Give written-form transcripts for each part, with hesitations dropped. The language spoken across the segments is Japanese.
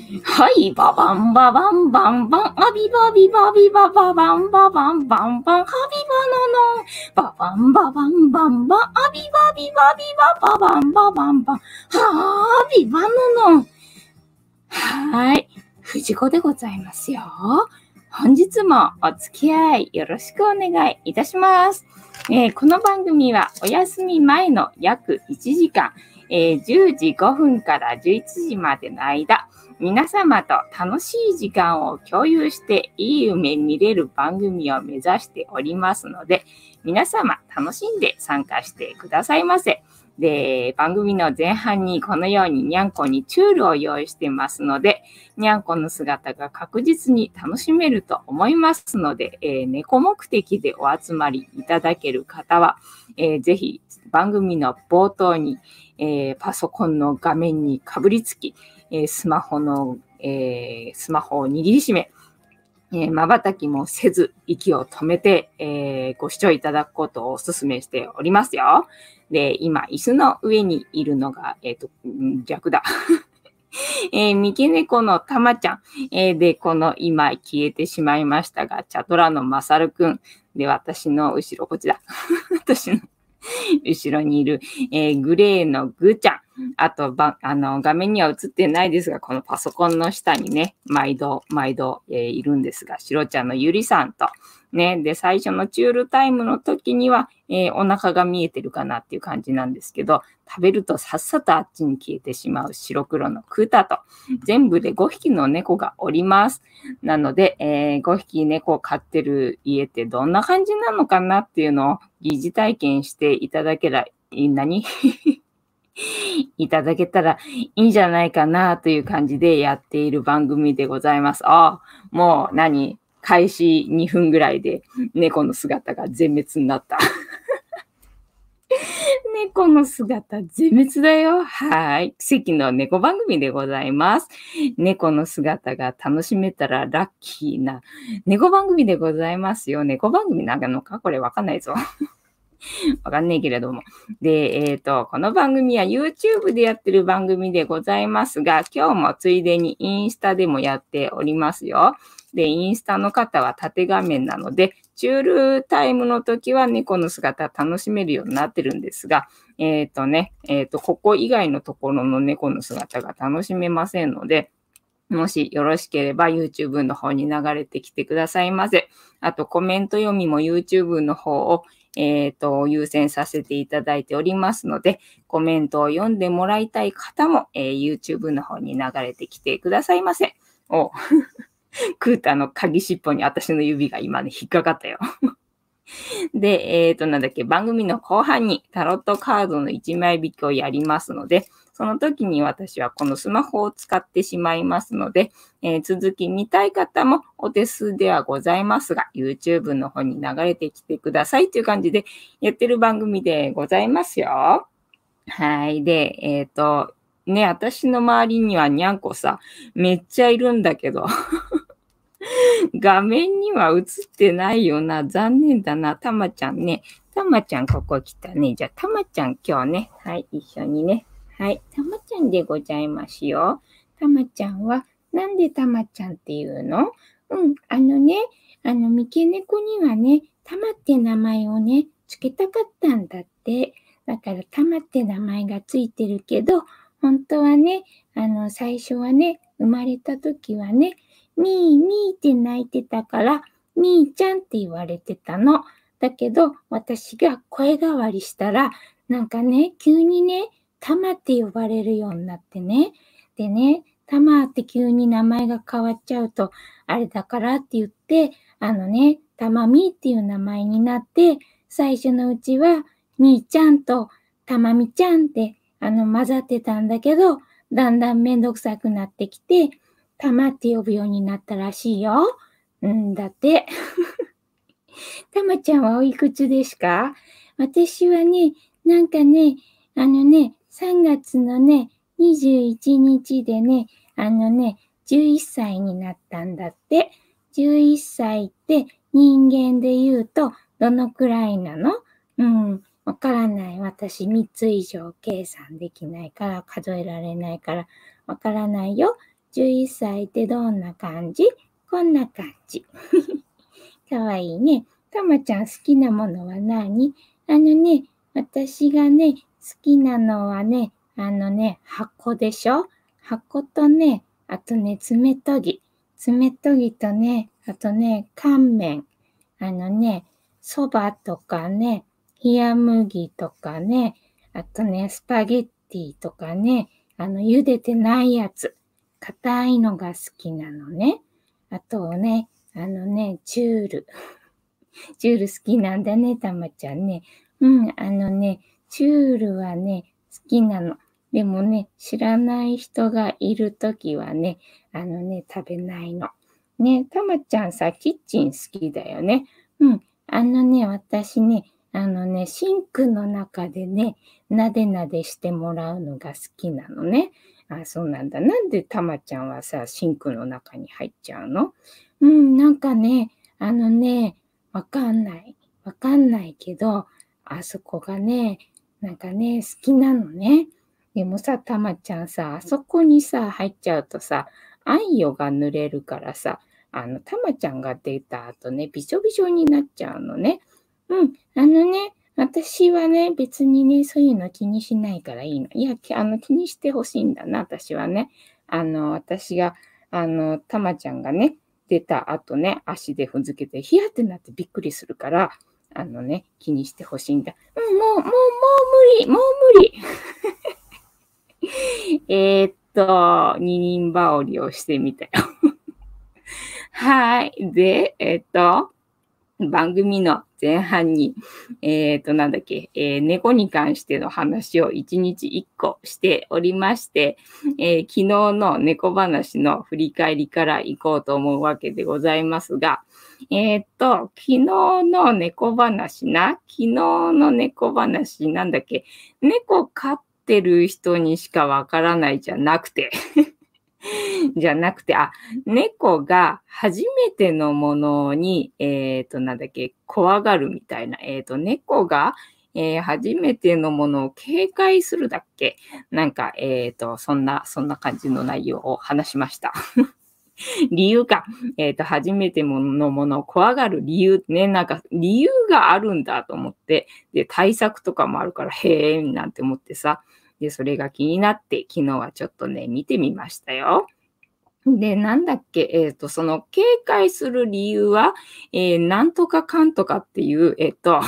はい、ババンババンバンバン、アビバビバビバババンババンバンバン、ハビバノノン、ババンババンバンバン、アビバビバビバババンババンバン、ハビバノノン。はい、藤子でございますよ。本日もお付き合いよろしくお願いいたします。この番組はお休み前の約1時間、10時5分から11時までの間、皆様と楽しい時間を共有していい夢見れる番組を目指しておりますので、皆様楽しんで参加してくださいませ。で、番組の前半にこのようににゃんこにチュールを用意してますので、にゃんこの姿が確実に楽しめると思いますので、猫目的でお集まりいただける方は、ぜひ番組の冒頭に、パソコンの画面にかぶりつき、スマホを握りしめ、瞬きもせず息を止めて、ご視聴いただくことをお勧めしておりますよ。で、今、椅子の上にいるのが、逆だ。三毛猫のたまちゃん、で、この今消えてしまいましたが、チャトラのまさるくんで、私の後ろ、こっちだ。私の後ろにいる、グレーのぐーちゃん。あと、画面には映ってないですが、このパソコンの下にね、毎度、いるんですが、しろちゃんのゆりさんと、ね、で、最初のチュールタイムの時には、お腹が見えてるかなっていう感じなんですけど、食べるとさっさとあっちに消えてしまう白黒のクータと、全部で5匹の猫がおります。なので、5匹猫を飼ってる家ってどんな感じなのかなっていうのを疑似体験していただけたらいただけたらいいんじゃないかなという感じでやっている番組でございます。もう開始2分ぐらいで猫の姿が全滅になった。猫の姿全滅だよ。はい。奇跡の猫番組でございます。猫の姿が楽しめたらラッキーな猫番組でございますよ。猫番組なのかこれわかんないぞ。わかんないけれども。で、この番組は YouTube でやってる番組でございますが、今日もついでにインスタでもやっておりますよ。で、インスタの方は縦画面なので、チュールタイムの時は猫の姿楽しめるようになってるんですが、ここ以外のところの猫の姿が楽しめませんので、もしよろしければ YouTube の方に流れてきてくださいませ。あとコメント読みも YouTube の方を、優先させていただいておりますので、コメントを読んでもらいたい方も、YouTube の方に流れてきてくださいませ。クータの鍵尻尾に私の指が今ね、引っかかったよ。で、番組の後半にタロットカードの1枚引きをやりますので、その時に私はこのスマホを使ってしまいますので、続き見たい方もお手数ではございますが、YouTube の方に流れてきてくださいという感じでやってる番組でございますよ。はい。で、私の周りにはにゃんこさ、めっちゃいるんだけど、画面には映ってないよな。残念だな。たまちゃんね。たまちゃんここ来たね。じゃあ、たまちゃん今日ね。はい、一緒にね。はい、たまちゃんでございますよ。たまちゃんは、なんでたまちゃんっていうの？三毛猫にはね、たまって名前をね、つけたかったんだって。だから、たまって名前がついてるけど、本当はね、最初はね、生まれた時はね、みーみーって泣いてたから、みーちゃんって言われてたの。だけど、私が声変わりしたら、なんかね、急にね、たまって呼ばれるようになってね。でね、たまって急に名前が変わっちゃうと、あれだからって言って、たまみっていう名前になって、最初のうちは、みーちゃんとたまみちゃんって、混ざってたんだけど、だんだんめんどくさくなってきて、たまって呼ぶようになったらしいよ。だって。たまちゃんはおいくつですか？私はね、3月のね、21日でね、11歳になったんだって。11歳って人間で言うとどのくらいなの？わからない。私3つ以上計算できないから、数えられないからわからないよ。 11歳ってどんな感じ？こんな感じ。かわいいね。たまちゃん好きなものは何？私がね、好きなのはね、箱でしょ？箱とね、あとね、爪研ぎ。爪研ぎとね、あとね、乾麺。蕎麦とかね、冷麦とかね、あとね、スパゲッティとかね、茹でてないやつ。硬いのが好きなのね。あとね、チュール。チュール好きなんだね、たまちゃんね。チュールはね、好きなの。でもね、知らない人がいるときはね、食べないの。ね、たまちゃんさ、キッチン好きだよね。私ね、シンクの中でね、なでなでしてもらうのが好きなのね。あ、そうなんだ。なんでたまちゃんはさ、シンクの中に入っちゃうの？なんかね、あのね、わかんない。わかんないけど、あそこがね、なんかね、好きなのね。でもさ、たまちゃんさ、あそこにさ、入っちゃうとさ、あんよが濡れるからさ、たまちゃんが出た後ね、びしょびしょになっちゃうのね。私はね、別にね、そういうの気にしないからいいの。いや、気にしてほしいんだな、私はね。私が、たまちゃんがね、出た後ね、足で踏んづけて、ヒヤってなってびっくりするから、気にしてほしいんだ。もう無理、もう無理。二人羽織をしてみたよ。はい。で、番組の前半に、猫に関しての話を1日1個しておりまして、昨日の猫話の振り返りから行こうと思うわけでございますが、昨日の猫話なんだっけ、猫飼ってる人にしかわからないじゃなくて、猫が初めてのものに、怖がるみたいな。猫が、初めてのものを警戒するだっけ？なんか、そんな感じの内容を話しました。理由か。初めてのものを怖がる理由ね。なんか、理由があるんだと思って、で、対策とかもあるから、へえ、なんて思ってさ。で、それが気になって、昨日はちょっとね、見てみましたよ。で、なんだっけ、その警戒する理由は、なんとかかんとかっていう、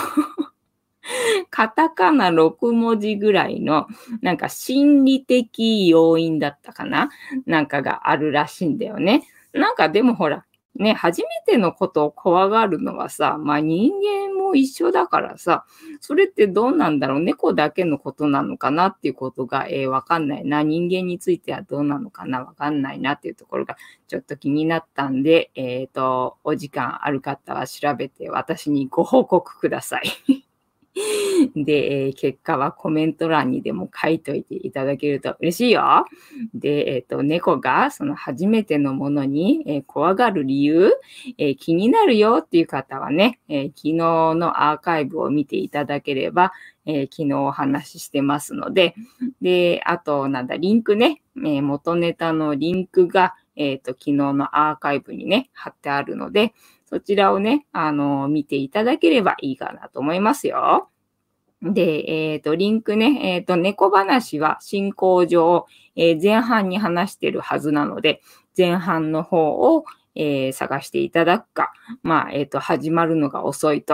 カタカナ6文字ぐらいの、なんか心理的要因だったかななんかがあるらしいんだよね。なんかでもほら、ね、初めてのことを怖がるのはさ、まあ人間も一緒だからさ、それってどうなんだろう、猫だけのことなのかなっていうことが、わかんないな。人間についてはどうなのかな、わかんないなっていうところがちょっと気になったんで、お時間ある方は調べて私にご報告ください。で、結果はコメント欄にでも書いといていただけると嬉しいよ。で、猫がその初めてのものに、怖がる理由、気になるよっていう方はね、昨日のアーカイブを見ていただければ、昨日お話ししてますので、で、あと、リンクね、元ネタのリンクが、昨日のアーカイブにね、貼ってあるので、そちらをね、見ていただければいいかなと思いますよ。で、リンクね、猫話は進行上、前半に話してるはずなので、前半の方を、探していただくか、まあ、始まるのが遅いと、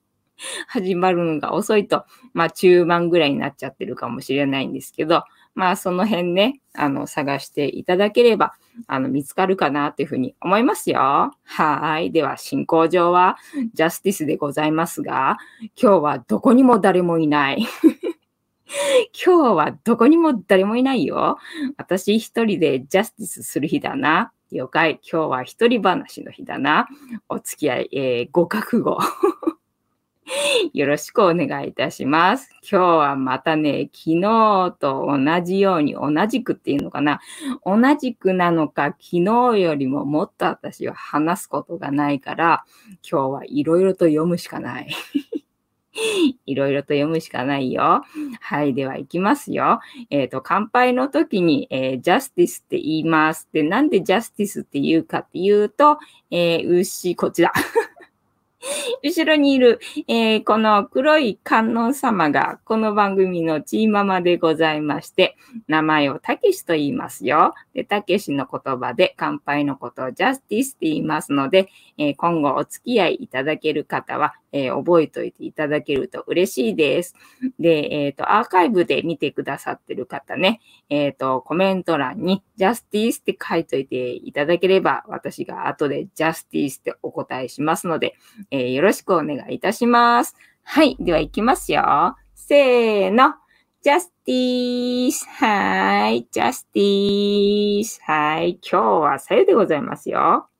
まあ、中盤ぐらいになっちゃってるかもしれないんですけど、まあ、その辺ね、探していただければ、見つかるかなというふうに思いますよ。はい。では、進行上は、ジャスティスでございますが、今日はどこにも誰もいない。今日はどこにも誰もいないよ。私一人でジャスティスする日だな。了解。今日は一人話の日だな。お付き合い、ご覚悟。よろしくお願いいたします。今日はまたね、昨日と同じように、同じくっていうのかな。同じくなのか、昨日よりももっと私は話すことがないから、今日はいろいろと読むしかない。 いろいろと読むしかないよ。はい、では行きますよ。乾杯の時に、ジャスティスって言います。で、なんでジャスティスって言うかっていうと、こちら。後ろにいる、この黒い観音様がこの番組のチーママでございまして、名前をたけしと言いますよ。で、たけしの言葉で乾杯のことをジャスティスって言いますので、今後お付き合いいただける方は、覚えておいていただけると嬉しいです。で、アーカイブで見てくださってる方ね、コメント欄にジャスティスって書いといていただければ、私が後でジャスティスってお答えしますので、よろしくお願いいたします。はい。では行きますよ。せーの。ジャスティス。はい。ジャスティス。はい。今日はさゆでございますよ。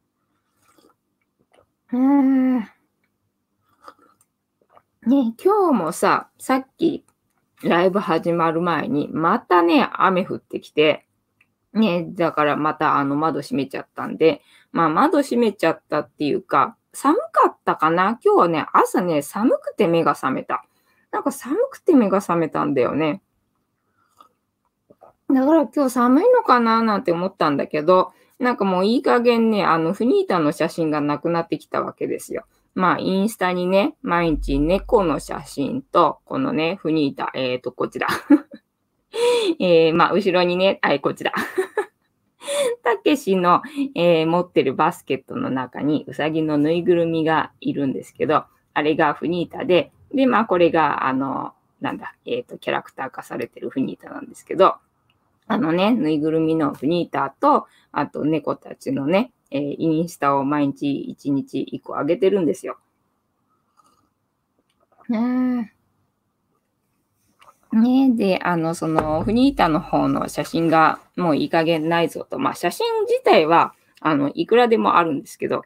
ね、今日もさっきライブ始まる前に、またね、雨降ってきて、ね、だからまた窓閉めちゃったんで、まあ窓閉めちゃったっていうか、寒かったかな。今日はね、朝ね、寒くて目が覚めた。なんか寒くて目が覚めたんだよね。だから今日寒いのかななんて思ったんだけど、なんかもういい加減ね、フニータの写真がなくなってきたわけですよ。まあ、インスタにね、毎日猫の写真と、このね、フニータ、こちら。まあ、後ろにね、はい、こちら。たけしの、持ってるバスケットの中にうさぎのぬいぐるみがいるんですけど、あれがフニータで、で、まあこれが、キャラクター化されてるフニータなんですけど、ぬいぐるみのフニータと、あと猫たちのね、インスタを毎日1日1個上げてるんですよ。ねで、その、フニータの方の写真がもういい加減ないぞと。まあ、写真自体は、いくらでもあるんですけど、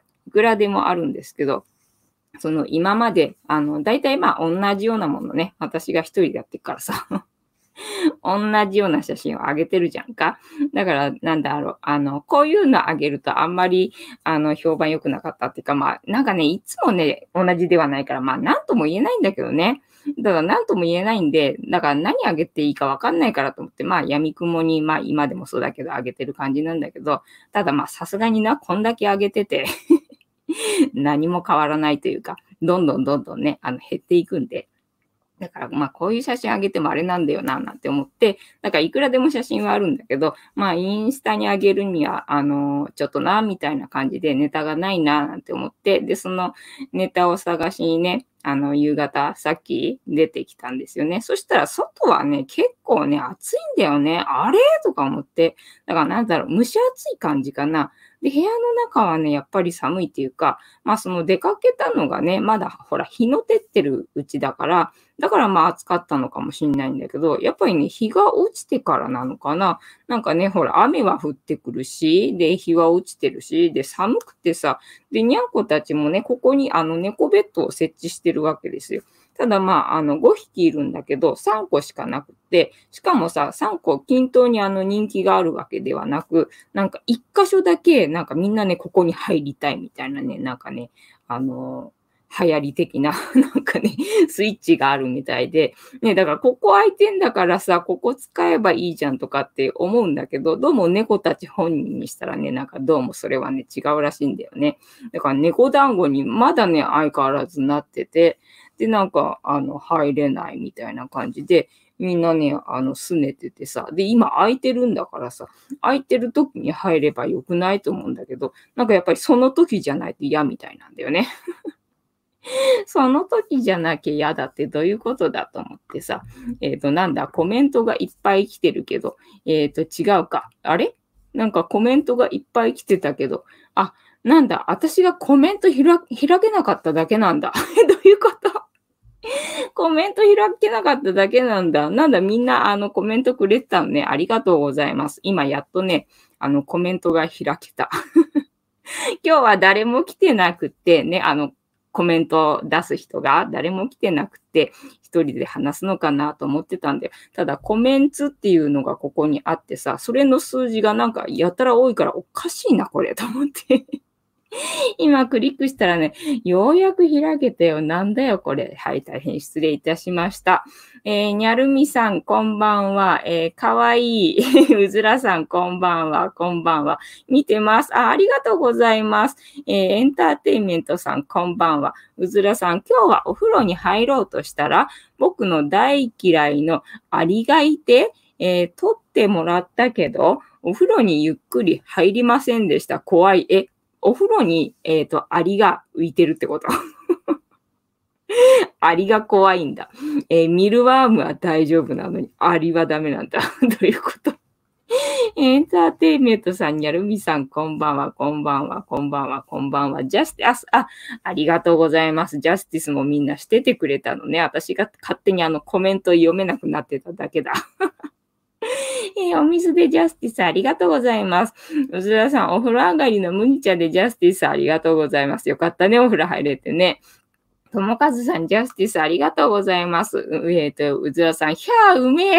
その、今まで、大体まあ、同じようなものね、私が一人でやってるからさ、同じような写真を上げてるじゃんか。だから、なんだろう、こういうの上げるとあんまり、評判良くなかったっていうか、まあ、なんかね、いつもね、同じではないから、まあ、なんとも言えないんだけどね。だから、なんとも言えないんで、だから何上げていいかわかんないからと思って、まあ、闇雲に、まあ、今でもそうだけど、上げてる感じなんだけど、ただまあ、さすがにな、こんだけ上げてて何も変わらないというか、どんどんね、減っていくんで、だから、まあ、こういう写真あげてもあれなんだよな、なんて思って、だからいくらでも写真はあるんだけど、まあ、インスタにあげるには、ちょっとな、みたいな感じでネタがないな、なんて思って、で、そのネタを探しにね、夕方、さっき出てきたんですよね。そしたら、外はね、結構ね、暑いんだよね。あれとか思って。だから、なんだろう、蒸し暑い感じかな。で、部屋の中はね、やっぱり寒いっていうか、まあ、その出かけたのがね、まだ、ほら、日の照ってるうちだから、だからまあ暑かったのかもしんないんだけど、やっぱりね、日が落ちてからなのかな。なんかね、ほら、雨は降ってくるし、で、日は落ちてるし、で、寒くてさ、で、にゃんこたちもね、ここに猫ベッドを設置してるわけですよ。ただまあ、5匹いるんだけど、3個しかなくて、しかもさ、3個均等に人気があるわけではなく、なんか1箇所だけ、なんかみんなね、ここに入りたいみたいなね、なんかね、流行り的な、なんかね、スイッチがあるみたいで、ね、だからここ空いてんだからさ、ここ使えばいいじゃんとかって思うんだけど、どうも猫たち本人にしたらね、なんかどうもそれはね、違うらしいんだよね。だから猫団子にまだね、相変わらずなってて、で、なんか、入れないみたいな感じで、みんなね、拗ねててさ、で、今空いてるんだからさ、空いてる時に入ればよくないと思うんだけど、なんかやっぱりその時じゃないと嫌みたいなんだよね。その時じゃなきゃ嫌だってどういうことだと思ってさ、なんだ、コメントがいっぱい来てるけど、違うか。あれなんかコメントがいっぱい来てたけど、あ、なんだ、私がコメント開けなかっただけなんだ。どういうことコメント開けなかっただけなんだ。なんだ、みんな、コメントくれてたのね。ありがとうございます。今、やっとね、コメントが開けた。今日は誰も来てなくて、ね、コメントを出す人が誰も来てなくて、一人で話すのかなと思ってたんで、ただコメンツっていうのがここにあってさ、それの数字がなんかやたら多いからおかしいな、これ、と思って。 今クリックしたらね、ようやく開けたよ。なんだよ、これ。はい、大変失礼いたしました。にゃるみさん、こんばんは。かわいい。うずらさん、こんばんは。こんばんは。見てます。ありがとうございます。エンターテインメントさん、こんばんは。うずらさん、今日はお風呂に入ろうとしたら、僕の大嫌いのアリがいて、取ってもらったけど、お風呂にゆっくり入りませんでした。怖い。お風呂に、アリが浮いてるってこと。アリが怖いんだ。ミルワームは大丈夫なのに、アリはダメなんだ。どういうこと？エンターテインメントさん、にゃるみさん、こんばんは、こんばんは、こんばんは、こんばんは。ジャスティス、ありがとうございます。ジャスティスもみんなしててくれたのね。私が勝手にコメント読めなくなってただけだ。お水でジャスティスありがとうございます。うずらさん、お風呂上がりの麦茶でジャスティスありがとうございます。よかったね、お風呂入れてね。ともかずさん、ジャスティスありがとうございます。うずらさん、ひゃー、うめえ。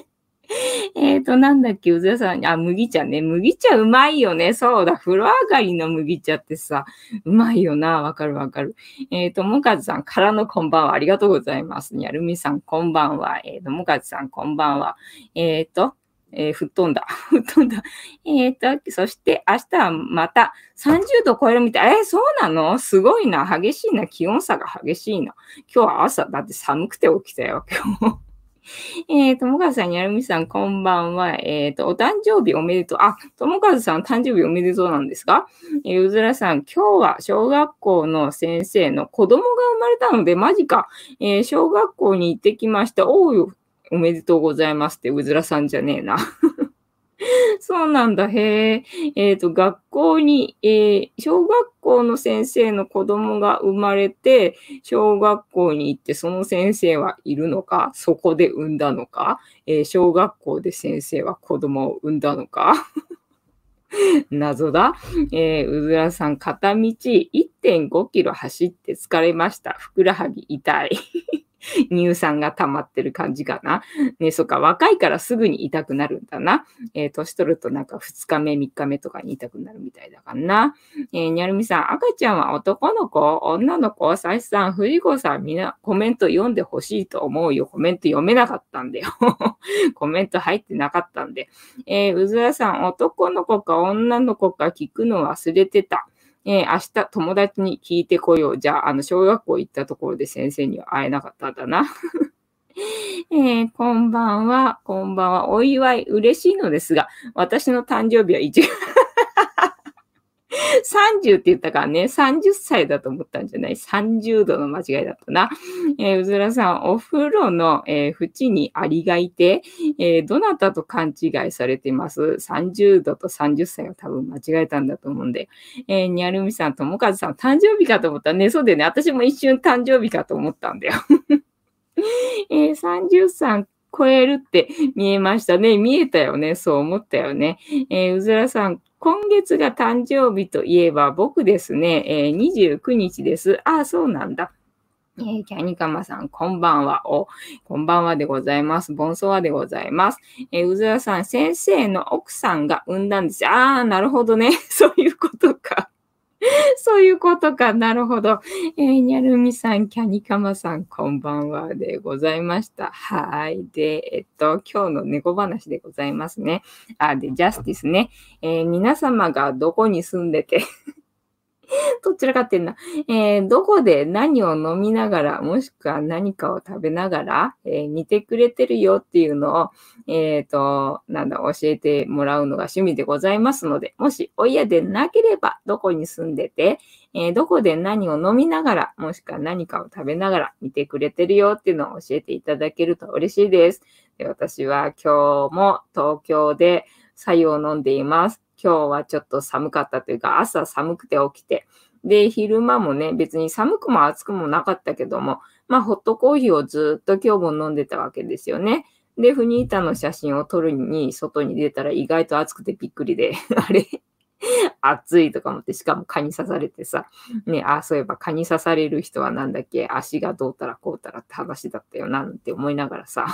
なんだっけ、うずらさん、麦茶ね。麦茶うまいよね。そうだ、風呂上がりの麦茶ってさ、うまいよな。わかるわかる。ともかずさんからのこんばんは。ありがとうございます。にゃるみさん、こんばんは。ともかずさん、こんばんは。吹っ飛んだ。吹っ飛んだ。そして明日はまた30度超えるみたい。そうなの？すごいな。激しいな。気温差が激しいな。今日は朝、だって寒くて起きたよ、今日。ともかずさん、にゃるみさん、こんばんは。お誕生日おめでとう。ともかずさん、誕生日おめでとうなんですか？うずらさん、今日は小学校の先生の子供が生まれたので、マジか。小学校に行ってきました。おめでとうございますって、うずらさんじゃねえな。そうなんだ。へえ。学校に、小学校の先生の子供が生まれて、小学校に行って、その先生はいるのか、そこで産んだのか、小学校で先生は子供を産んだのか。謎だ。うずらさん、片道1.5キロ走って疲れました。ふくらはぎ痛い。乳酸が溜まってる感じかな。ね、そっか、若いからすぐに痛くなるんだな。年取るとなんか2日目、3日目とかに痛くなるみたいだからな。にゃるみさん、赤ちゃんは男の子、女の子、さしさん、藤子さん、みんなコメント読んでほしいと思うよ。コメント読めなかったんだよ。コメント入ってなかったんで。うずらさん、男の子か女の子か聞くの忘れてた。明日友達に聞いてこよう。じゃあ、小学校行ったところで先生には会えなかったんだな。こんばんは。こんばんは。お祝い嬉しいのですが、私の誕生日は1月。30って言ったからね、30歳だと思ったんじゃない？ 30 度の間違いだったな。うずらさん、お風呂の、縁にアリがいて、どなたと勘違いされてます？ 30 度と30歳は多分間違えたんだと思うんで。にゃるみさん、ともかずさん、誕生日かと思ったね。そうだよね。私も一瞬誕生日かと思ったんだよ。33超えるって見えましたね。見えたよね。そう思ったよね。うずらさん、今月が誕生日といえば僕ですね。29日です。そうなんだ。キャニカマさん、こんばんは。こんばんはでございます。ボンソワでございます。うずらさん、先生の奥さんが産んだんですよ。なるほどね。そういうことか。そういうことか。なるほど。にゃるみさん、キャニカマさん、こんばんはでございました。はい。で、今日の猫話でございますね。で、ジャスティスね。皆様がどこに住んでてどちらかってんな。どこで何を飲みながら、もしくは何かを食べながら、似てくれてるよっていうのを、教えてもらうのが趣味でございますので、もしお嫌でなければ、どこに住んでて、どこで何を飲みながら、もしくは何かを食べながら似てくれてるよっていうのを教えていただけると嬉しいです。で、私は今日も東京で白湯を飲んでいます。今日はちょっと寒かったというか、朝寒くて起きて、で、昼間もね、別に寒くも暑くもなかったけども、ホットコーヒーをずっと今日も飲んでたわけですよね。で、フニータの写真を撮るに外に出たら意外と暑くてびっくりで、あれ暑いとか思って、しかも蚊に刺されてさ、ね、そういえば蚊に刺される人はなんだっけ、足がどうたらこうたらって話だったよな、なんて思いながらさ、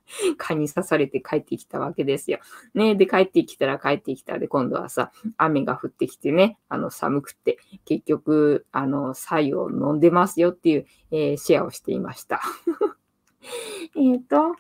蚊に刺されて帰ってきたわけですよ。ね、で、帰ってきたらで、今度はさ、雨が降ってきてね、寒くって、結局、白湯を飲んでますよっていう、シェアをしていました。えっと、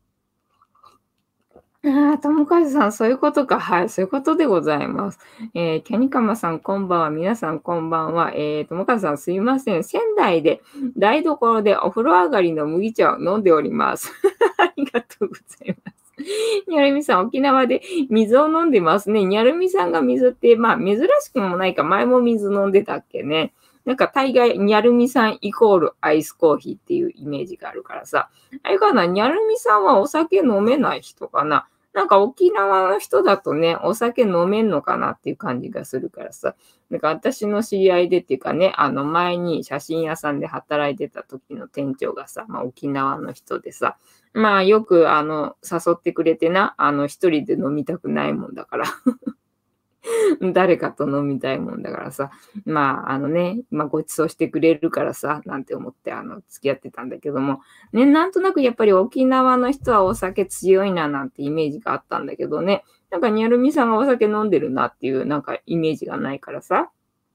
ともかずさん、そういうことか。はい、そういうことでございます。キャニカマさん、こんばんは。皆さん、こんばんは。ともかずさん、すいません。仙台で台所でお風呂上がりの麦茶を飲んでおります。ありがとうございます。にゃるみさん、沖縄で水を飲んでますね。にゃるみさんが水って、まあ、珍しくもないか、前も水飲んでたっけね。なんか大概、にゃるみさんイコールアイスコーヒーっていうイメージがあるからさ。あれかな、にゃるみさんはお酒飲めない人かな。なんか沖縄の人だとね、お酒飲めんのかなっていう感じがするからさ。なんか私の知り合いでっていうかね、前に写真屋さんで働いてた時の店長がさ、まあ沖縄の人でさ、まあよく誘ってくれてな、一人で飲みたくないもんだから。誰かと飲みたいもんだからさ、まあ、ご馳走してくれるからさ、なんて思って、付き合ってたんだけども、ね、なんとなくやっぱり沖縄の人はお酒強いな、なんてイメージがあったんだけどね、なんか、にゃるみさんがお酒飲んでるなっていう、なんか、イメージがないからさ。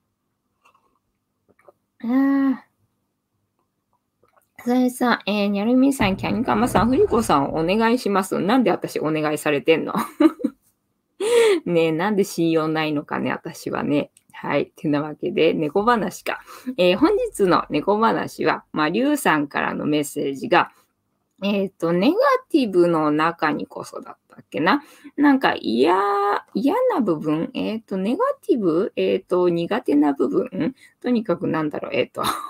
さえさん、にゃるみさん、キャニカマさん、フリコさん、お願いします。なんで私お願いされてんのねえ、なんで信用ないのかね、私はね。はい。てなわけで、猫話か。本日の猫話は、まあ、りゅうさんからのメッセージが、ネガティブの中にこそだったっけな。なんか嫌な部分、ネガティブ、苦手な部分、とにかくなんだろう、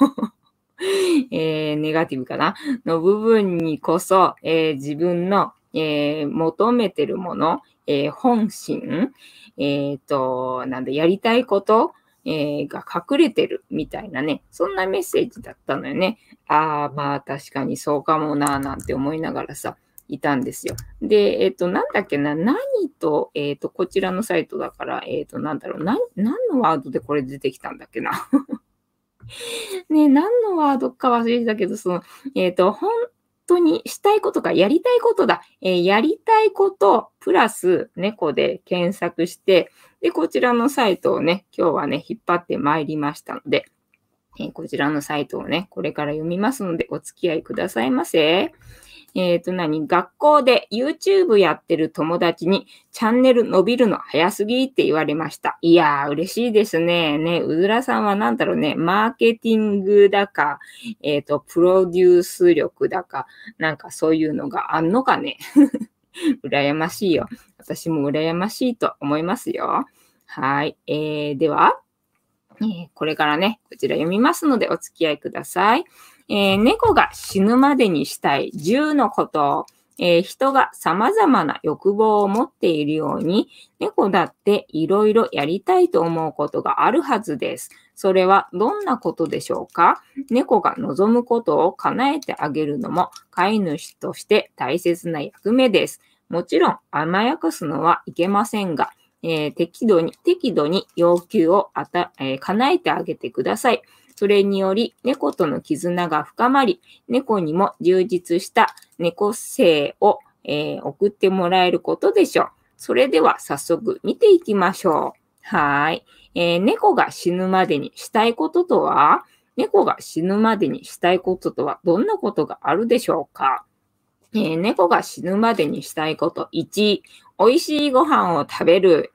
ネガティブかなの部分にこそ、自分の、求めてるもの、本心、なんだ、やりたいこと、が隠れてるみたいなね、そんなメッセージだったのよね。まあ確かにそうかもな、なんて思いながらさ、いたんですよ。で、なんだっけな、何と、こちらのサイトだから、なんだろう、何のワードでこれ出てきたんだっけな。ね、何のワードか忘れてたけど、本当にしたいことか、やりたいことだ。やりたいことプラス猫で検索して、で、こちらのサイトをね、今日はね、引っ張ってまいりましたので、こちらのサイトをね、これから読みますので、お付き合いくださいませ。学校で YouTube やってる友達にチャンネル伸びるの早すぎって言われました。いやー、嬉しいですね。ね、うずらさんはなんだろうね、マーケティングだか、プロデュース力だか、なんかそういうのがあんのかね。羨ましいよ。私も羨ましいと思いますよ。はい。では、これからね、こちら読みますのでお付き合いください。猫が死ぬまでにしたい10のこと。人が様々な欲望を持っているように、猫だっていろいろやりたいと思うことがあるはずです。それはどんなことでしょうか？猫が望むことを叶えてあげるのも飼い主として大切な役目です。もちろん甘やかすのはいけませんが、適度に要求を叶えてあげてください。それにより、猫との絆が深まり、猫にも充実した猫生を、送ってもらえることでしょう。それでは早速見ていきましょう。はい。猫が死ぬまでにしたいこととは？猫が死ぬまでにしたいこととはどんなことがあるでしょうか？猫が死ぬまでにしたいこと。1、美味しいご飯を食べる。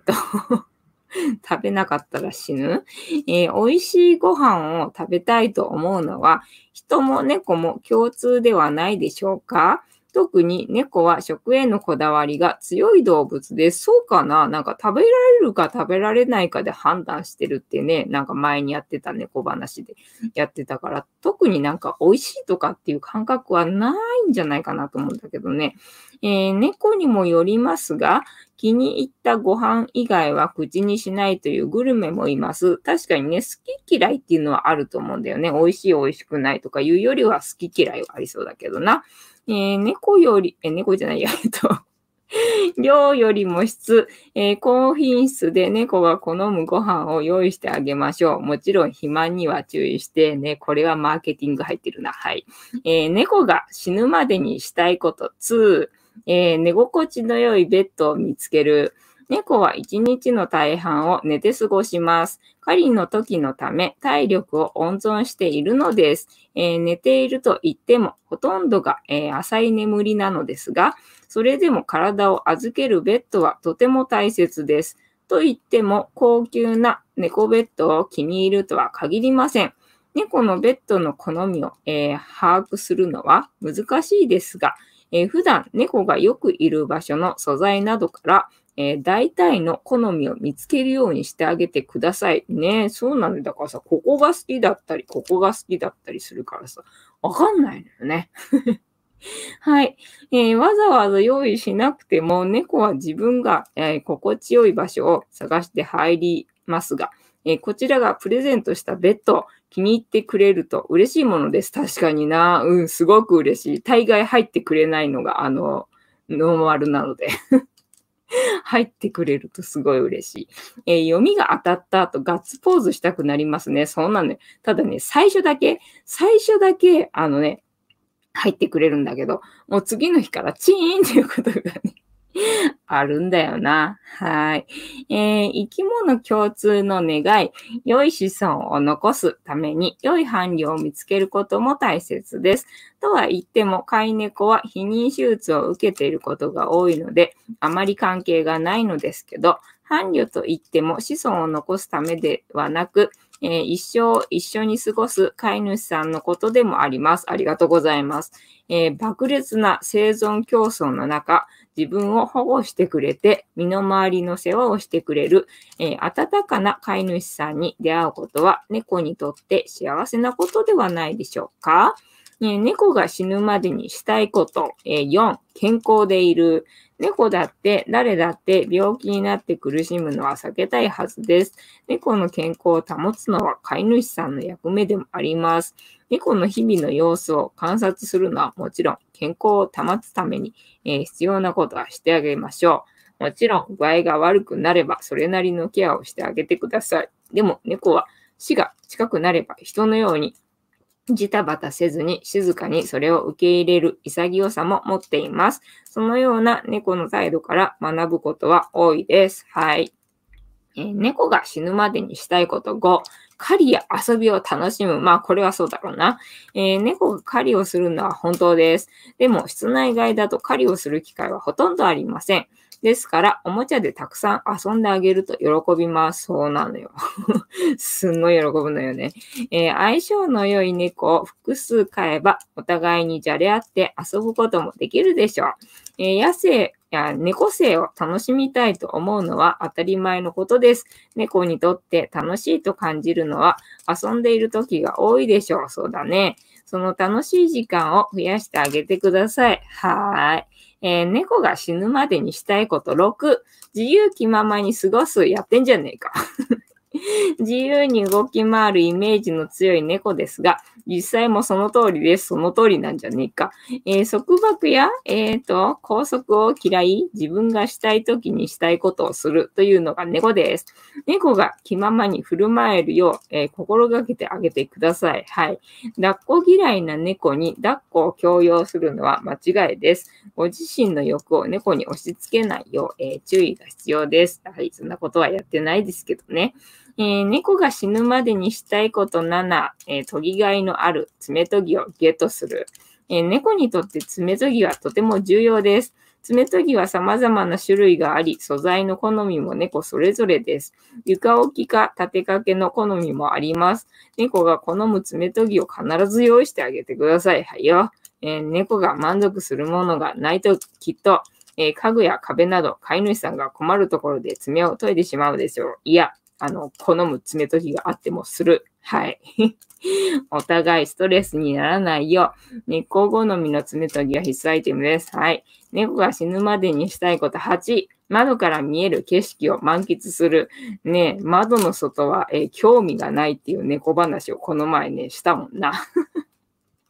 食べなかったら死ぬ。美味しいご飯を食べたいと思うのは、人も猫も共通ではないでしょうか？特に猫は食へのこだわりが強い動物です。そうかな？なんか食べられるか食べられないかで判断してるってね、なんか前にやってた猫話でやってたから、特になんか美味しいとかっていう感覚はないんじゃないかなと思うんだけどね。猫にもよりますが、気に入ったご飯以外は口にしないというグルメもいます。確かにね、好き嫌いっていうのはあると思うんだよね。美味しい美味しくないとかいうよりは好き嫌いはありそうだけどな。猫より、猫じゃないや、 量よりも質、高品質で猫が好むご飯を用意してあげましょう。もちろん肥満には注意してね、これはマーケティング入ってるな。はい。猫が死ぬまでにしたいこと2、寝心地の良いベッドを見つける。猫は一日の大半を寝て過ごします。狩りの時のため体力を温存しているのです。寝ていると言ってもほとんどが、浅い眠りなのですが、それでも体を預けるベッドはとても大切です。と言っても高級な猫ベッドを気に入るとは限りません。猫のベッドの好みを、把握するのは難しいですが、普段猫がよくいる場所の素材などから、大体の好みを見つけるようにしてあげてくださいね。そうなんだ。だからさ、ここが好きだったり、ここが好きだったりするからさ、わかんないのよね。はい、わざわざ用意しなくても、猫は自分が、心地よい場所を探して入りますが、こちらがプレゼントしたベッド、気に入ってくれると嬉しいものです。確かにな。すごく嬉しい。大概入ってくれないのが、ノーマルなので。入ってくれるとすごい嬉しい。読みが当たった後、ガッツポーズしたくなりますね。そうなのよ。ただね、最初だけ、入ってくれるんだけど、もう次の日からチーンっていうことがね、あるんだよな。はい。生き物共通の願い、良い子孫を残すために良い伴侶を見つけることも大切です。とは言っても、飼い猫は避妊手術を受けていることが多いので、あまり関係がないのですけど、伴侶と言っても子孫を残すためではなく、一生一緒に過ごす飼い主さんのことでもあります。ありがとうございます。爆裂な生存競争の中、自分を保護してくれて、身の回りの世話をしてくれる、温かな飼い主さんに出会うことは、猫にとって幸せなことではないでしょうか。猫が死ぬまでにしたいこと、4、健康でいる。猫だって誰だって病気になって苦しむのは避けたいはずです。猫の健康を保つのは飼い主さんの役目でもあります。猫の日々の様子を観察するのはもちろん健康を保つために、必要なことはしてあげましょう。もちろん具合が悪くなればそれなりのケアをしてあげてください。でも猫は死が近くなれば人のようにジタバタせずに静かにそれを受け入れる潔さも持っています。そのような猫の態度から学ぶことは多いです。はい。猫が死ぬまでにしたいこと5、狩りや遊びを楽しむ。まあ、これはそうだろうな。猫が狩りをするのは本当です。でも、室内外だと狩りをする機会はほとんどありません。ですから、おもちゃでたくさん遊んであげると喜びます。そうなのよ。すんごい喜ぶのよね。相性の良い猫を複数飼えば、お互いにじゃれ合って遊ぶこともできるでしょう。野生や猫生を楽しみたいと思うのは当たり前のことです。猫にとって楽しいと感じるのは遊んでいる時が多いでしょう。そうだね。その楽しい時間を増やしてあげてください。はーい。猫が死ぬまでにしたいこと6、自由気ままに過ごす。やってんじゃねえか。自由に動き回るイメージの強い猫ですが、実際もその通りです。その通りなんじゃねえか。束縛や、拘束を嫌い、自分がしたい時にしたいことをするというのが猫です。猫が気ままに振る舞えるよう、心がけてあげてください。はい。抱っこ嫌いな猫に抱っこを強要するのは間違いです。ご自身の欲を猫に押し付けないよう、注意が必要です。はい。そんなことはやってないですけどね。猫が死ぬまでにしたいこと7、研ぎがいのある爪研ぎをゲットする。猫にとって爪研ぎはとても重要です。爪研ぎは様々な種類があり、素材の好みも猫それぞれです。床置きか立てかけの好みもあります。猫が好む爪研ぎを必ず用意してあげてください。はいよ。猫が満足するものがないときっと、家具や壁など飼い主さんが困るところで爪を研いでしまうでしょう。いや、好む爪研ぎがあってもする。はい。お互いストレスにならないよう、猫好みの爪研ぎは必須アイテムです。はい。猫が死ぬまでにしたいこと8、窓から見える景色を満喫する。ね、窓の外は、興味がないっていう猫話をこの前ね、したもんな。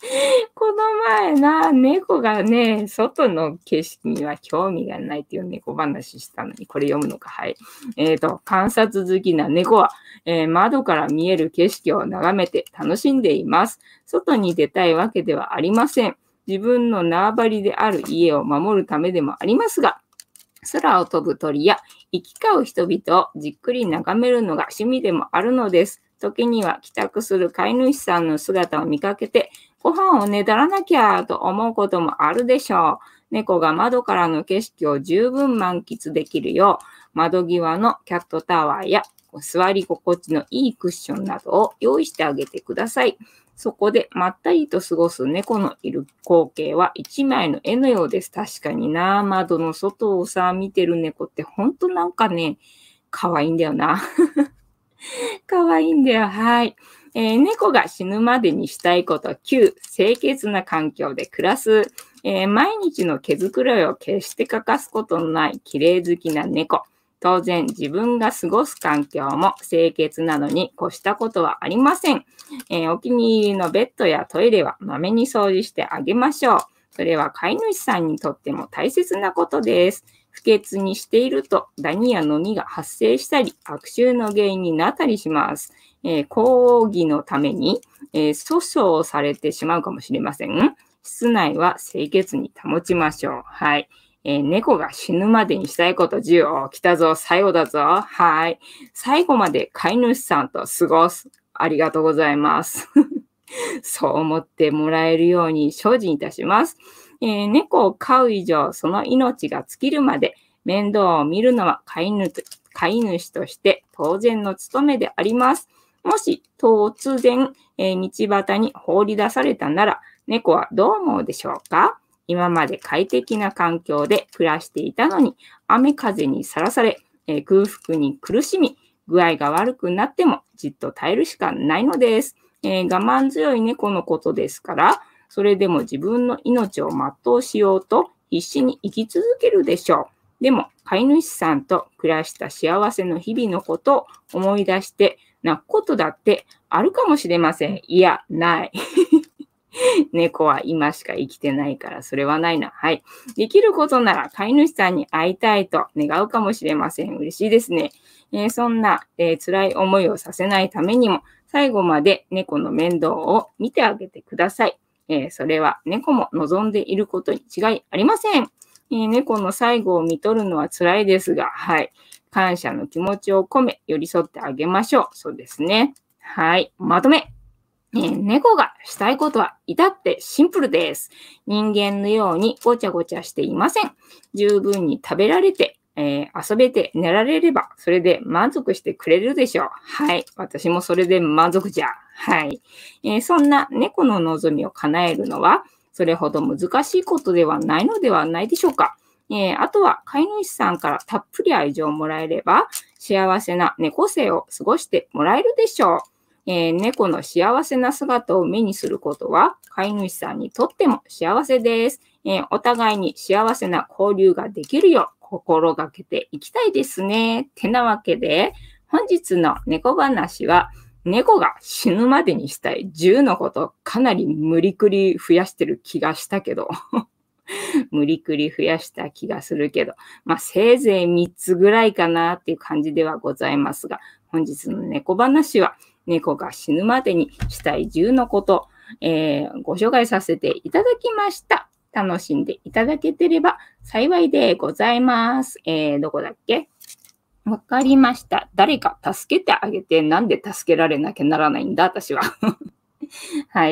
この前な、猫がね、外の景色には興味がないっていう猫話したのに、これ読むのか。はい。観察好きな猫は、窓から見える景色を眺めて楽しんでいます。外に出たいわけではありません。自分の縄張りである家を守るためでもありますが、空を飛ぶ鳥や行き交う人々をじっくり眺めるのが趣味でもあるのです。時には帰宅する飼い主さんの姿を見かけて、ご飯をねだらなきゃと思うこともあるでしょう。猫が窓からの景色を十分満喫できるよう、窓際のキャットタワーや座り心地のいいクッションなどを用意してあげてください。そこでまったりと過ごす猫のいる光景は一枚の絵のようです。確かにな、窓の外をさ、見てる猫ってほんとなんかね、可愛いんだよな。可愛いんだよ。はい。猫が死ぬまでにしたいこと9、清潔な環境で暮らす。毎日の毛づくろいを決して欠かすことのない綺麗好きな猫。当然、自分が過ごす環境も清潔なのに越したことはありません。お気に入りのベッドやトイレはまめに掃除してあげましょう。それは飼い主さんにとっても大切なことです。不潔にしているとダニやノミが発生したり、悪臭の原因になったりします。抗議のために、訴訟されてしまうかもしれません。室内は清潔に保ちましょう。はい。猫が死ぬまでにしたいこと10。来たぞ、最後だぞ。はい。最後まで飼い主さんと過ごす。ありがとうございます。そう思ってもらえるように精進いたします。猫を飼う以上、その命が尽きるまで面倒を見るのは飼い主として当然の務めであります。もし突然、道端に放り出されたなら、猫はどう思うでしょうか？今まで快適な環境で暮らしていたのに、雨風にさらされ、空腹に苦しみ、具合が悪くなってもじっと耐えるしかないのです。我慢強い猫のことですから、それでも自分の命を全うしようと必死に生き続けるでしょう。でも、飼い主さんと暮らした幸せの日々のことを思い出して泣くことだってあるかもしれません。いや、ない。猫は今しか生きてないからそれはないな。はい。できることなら飼い主さんに会いたいと願うかもしれません。嬉しいですね。そんな、辛い思いをさせないためにも最後まで猫の面倒を見てあげてください。それは猫も望んでいることに違いありません。猫の最後を見とるのは辛いですが、はい。感謝の気持ちを込め寄り添ってあげましょう。そうですね。はい。まとめ。猫がしたいことは至ってシンプルです。人間のようにごちゃごちゃしていません。十分に食べられて、遊べて寝られれば、それで満足してくれるでしょう。はい。私もそれで満足じゃ。はい。そんな猫の望みを叶えるのは、それほど難しいことではないのではないでしょうか。あとは飼い主さんからたっぷり愛情をもらえれば、幸せな猫生を過ごしてもらえるでしょう。猫の幸せな姿を目にすることは、飼い主さんにとっても幸せです。お互いに幸せな交流ができるよう心がけていきたいですね。てなわけで、本日の猫話は、猫が死ぬまでにしたい10のこと、かなり無理くり増やしてる気がしたけど、無理くり増やした気がするけど、せいぜい3つぐらいかなっていう感じではございますが、本日の猫話は、猫が死ぬまでにしたい10のこと、ご紹介させていただきました。楽しんでいただけてれば幸いでございます。どこだっけ？わかりました。誰か助けてあげて、なんで助けられなきゃならないんだ、私は。はい。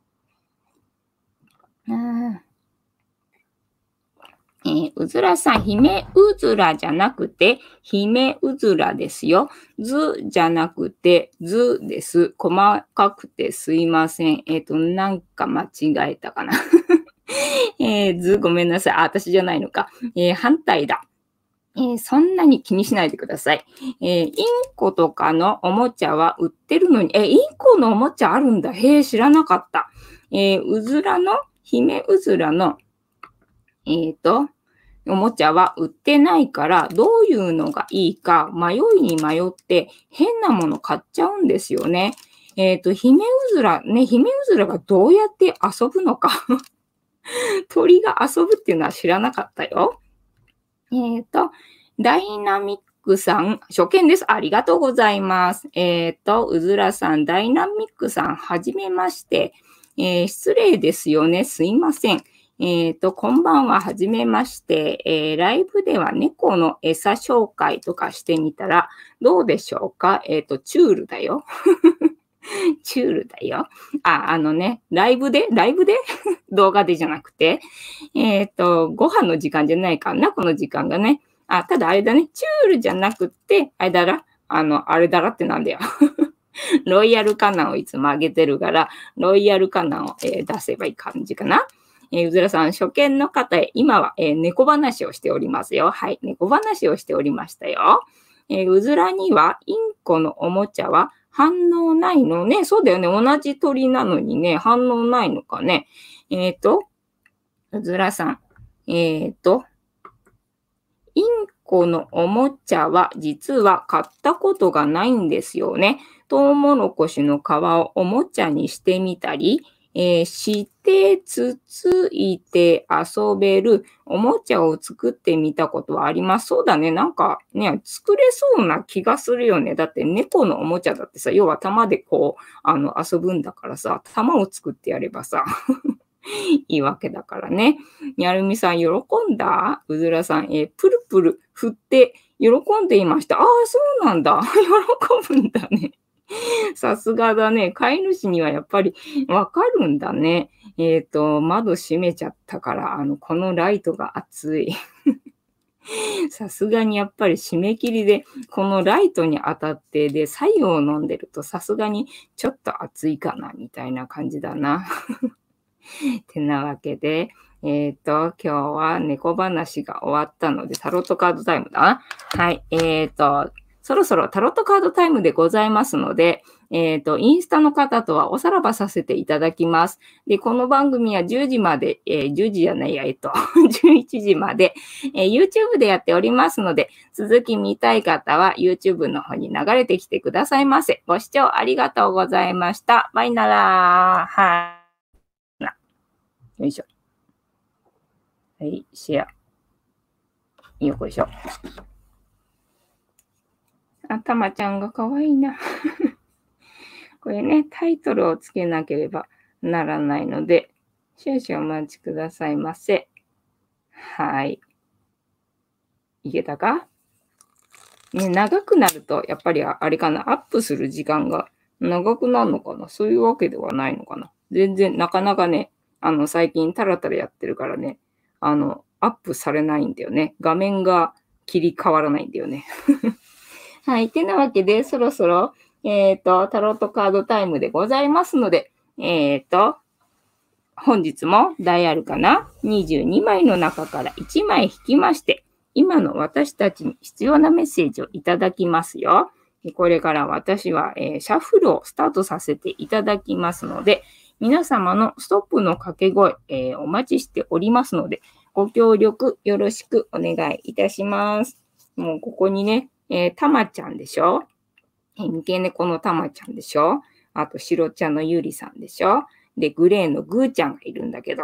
うずらさん、姫うずらじゃなくて、姫うずらですよ。ずじゃなくて、ずです。細かくてすいません。なんか間違えたかな。ず、ごめんなさい。私じゃないのか。反対だ。そんなに気にしないでください。インコとかのおもちゃは売ってるのに、インコのおもちゃあるんだ。知らなかった。うずらの、姫うずらの、おもちゃは売ってないから、どういうのがいいか迷いに迷って変なもの買っちゃうんですよね。 ヒメウズラ、ね、ヒメウズラがどうやって遊ぶのか。鳥が遊ぶっていうのは知らなかったよ。ダイナミックさん、初見です。ありがとうございます。うずらさん、ダイナミックさん、はじめまして。失礼ですよね。すいません。こんばんは、はじめまして。ライブでは猫の餌紹介とかしてみたら、どうでしょうか？チュールだよ。チュールだよ。ライブで動画でじゃなくて、ご飯の時間じゃないかな、この時間がね。ただあれだね、チュールじゃなくて、あれだら、あれだらってなんだよ。ロイヤルカナンをいつもあげてるから、ロイヤルカナンを、出せばいい感じかな。うずらさん、初見の方へ、今は、猫話をしておりますよ。はい、猫話をしておりましたよ。うずらには、インコのおもちゃは反応ないのね。そうだよね。同じ鳥なのにね、反応ないのかね。うずらさん。インコのおもちゃは実は買ったことがないんですよね。トウモロコシの皮をおもちゃにしてみたり、してつついて遊べるおもちゃを作ってみたことはあります。そうだね。なんかね、作れそうな気がするよね。だって猫のおもちゃだってさ、要は玉でこう、遊ぶんだからさ、玉を作ってやればさ、いいわけだからね。にゃるみさん、喜んだ？うずらさん、プルプル振って喜んでいました。ああ、そうなんだ。喜ぶんだね。さすがだね。飼い主にはやっぱりわかるんだね。窓閉めちゃったから、このライトが熱い。さすがにやっぱり締め切りで、このライトに当たって、で、白湯を飲んでるとさすがにちょっと暑いかな、みたいな感じだな。てなわけで、今日は猫話が終わったので、タロットカードタイムだな。はい。そろそろタロットカードタイムでございますので、インスタの方とはおさらばさせていただきます。で、この番組は10時まで、10時じゃないや、11時まで、YouTube でやっておりますので、続き見たい方は YouTube の方に流れてきてくださいませ。ご視聴ありがとうございました。バイならー。はい。よいしょ。はい、シェア。よいしょ。たまちゃんがかわいいな。これね、タイトルをつけなければならないので、少々お待ちくださいませ。はい。いけたか？ね、長くなると、やっぱりあれかな、アップする時間が長くなるのかな？そういうわけではないのかな？全然、なかなかね、最近タラタラやってるからね、アップされないんだよね。画面が切り替わらないんだよね。はい。てなわけで、そろそろ、タロットカードタイムでございますので、本日も大アルカナ22枚の中から1枚引きまして、今の私たちに必要なメッセージをいただきますよ。これから私は、シャッフルをスタートさせていただきますので、皆様のストップの掛け声、お待ちしておりますので、ご協力よろしくお願いいたします。もうここにね、たまちゃんでしょ？三毛猫のたまちゃんでしょ？あと、白茶のゆりさんでしょ？で、グレーのぐーちゃんがいるんだけど。